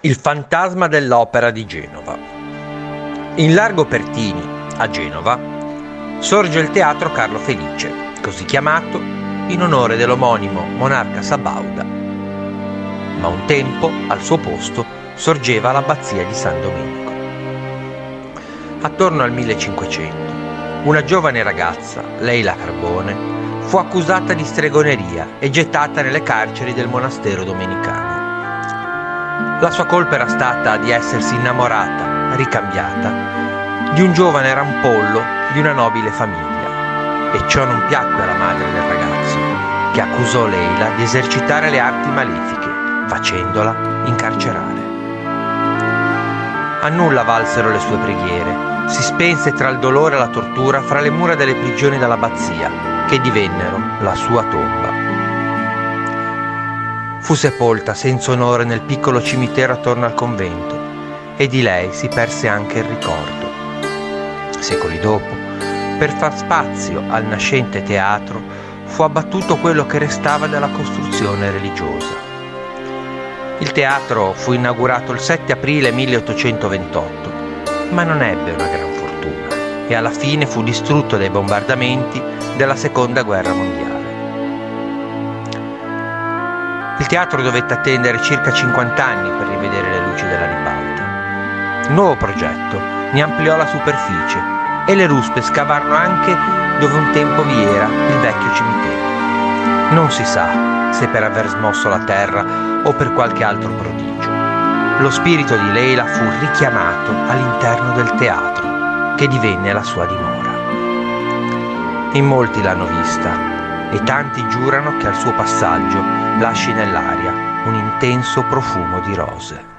Il fantasma dell'Opera di Genova. In Largo Pertini, a Genova, sorge il Teatro Carlo Felice, così chiamato in onore dell'omonimo monarca sabauda. Ma un tempo, al suo posto, sorgeva l'abbazia di San Domenico. Attorno al 1500, una giovane ragazza, Leila Carbone, fu accusata di stregoneria e gettata nelle carceri del monastero domenicano. La sua colpa era stata di essersi innamorata, ricambiata, di un giovane rampollo di una nobile famiglia, e ciò non piacque alla madre del ragazzo, che accusò Leila di esercitare le arti malefiche, facendola incarcerare. A nulla valsero le sue preghiere, si spense tra il dolore e la tortura fra le mura delle prigioni dell'abbazia, che divennero la sua tomba. Fu sepolta senza onore nel piccolo cimitero attorno al convento, e di lei si perse anche il ricordo. Secoli dopo, per far spazio al nascente teatro, fu abbattuto quello che restava della costruzione religiosa. Il teatro fu inaugurato il 7 aprile 1828, ma non ebbe una gran fortuna e alla fine fu distrutto dai bombardamenti della Seconda Guerra Mondiale. Il teatro dovette attendere circa 50 anni per rivedere le luci della ribalta. Il nuovo progetto ne ampliò la superficie e le ruspe scavarono anche dove un tempo vi era il vecchio cimitero. Non si sa se per aver smosso la terra o per qualche altro prodigio. Lo spirito di Leila fu richiamato all'interno del teatro, che divenne la sua dimora. In molti l'hanno vista, e tanti giurano che al suo passaggio lasci nell'aria un intenso profumo di rose.